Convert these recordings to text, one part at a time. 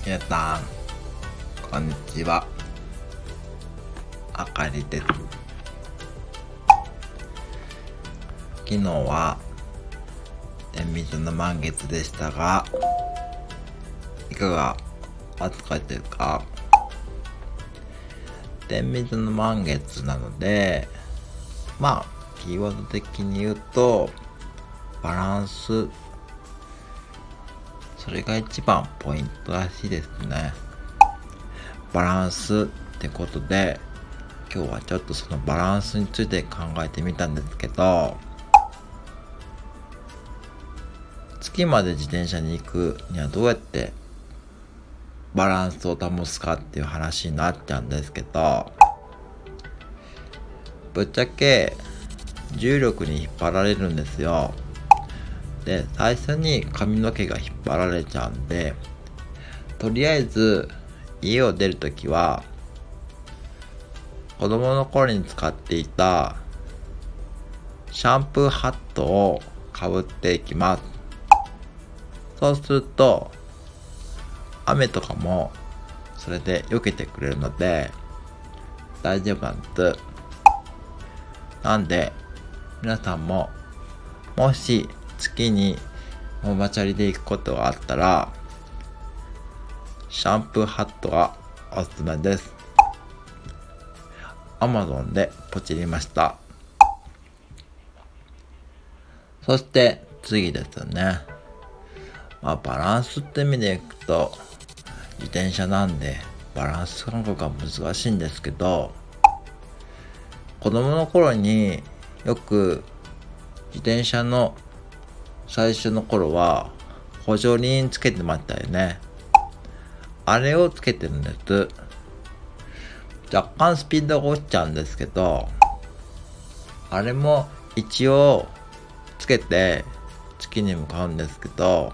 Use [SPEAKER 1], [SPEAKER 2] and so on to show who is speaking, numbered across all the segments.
[SPEAKER 1] 皆さんこんにちは、あかりです。昨日は天秤の満月でしたが、いかがお過ごしですか？天秤の満月なので、キーワード的に言うとバランス、それが一番ポイントらしいですね。バランスってことで、今日はちょっとそのバランスについて考えてみたんですけど、月まで自転車に行くにはどうやってバランスを保つかっていう話になっちゃうんですけど、ぶっちゃけ重力に引っ張られるんですよ。で、最初に髪の毛が引っ張られちゃうんで、とりあえず家を出るときは子供の頃に使っていたシャンプーハットをかぶっていきます。そうすると雨とかもそれで避けてくれるので大丈夫なんです。なんで皆さんももし月にママチャリで行くことがあったらシャンプーハットがおすすめです。Amazon でポチりました。そして次ですよね。バランスって意味でいくと自転車なんでバランス感覚が難しいんですけど、子供の頃によく自転車の最初の頃は補助輪つけてましたよね。あれをつけてるんです。若干スピードが落ちちゃうんですけど、あれも一応つけて月に向かうんですけど、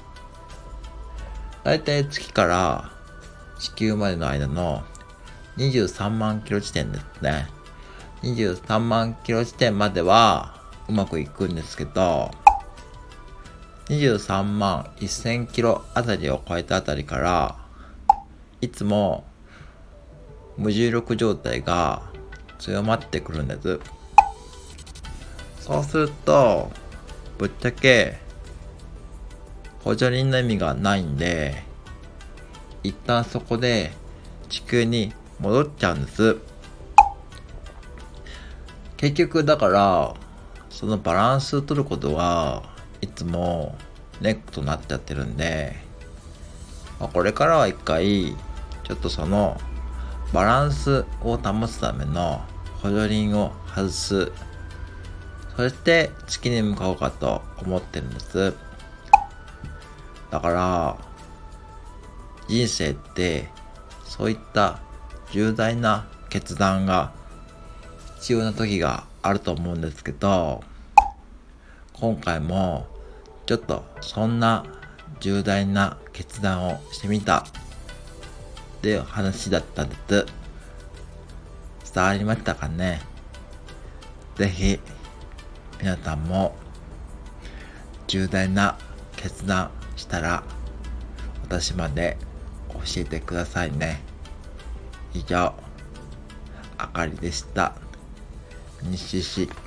[SPEAKER 1] だいたい月から地球までの間の23万キロ地点ですね。23万キロ地点まではうまくいくんですけど、23万1000キロあたりを超えたあたりからいつも無重力状態が強まってくるんです。そうするとぶっちゃけ補助輪の意味がないんで、一旦そこで地球に戻っちゃうんです。結局だからそのバランスを取ることはいつもネックとなっちゃってるんで、これからは一回ちょっとそのバランスを保つための補助輪を外す、そして月に向かおうかと思ってるんです。だから人生ってそういった重大な決断が必要な時があると思うんですけど、今回もちょっとそんな重大な決断をしてみたっていう話だったんです。伝わりましたかね？ぜひ皆さんも重大な決断したら私まで教えてくださいね。以上、あかりでした。西市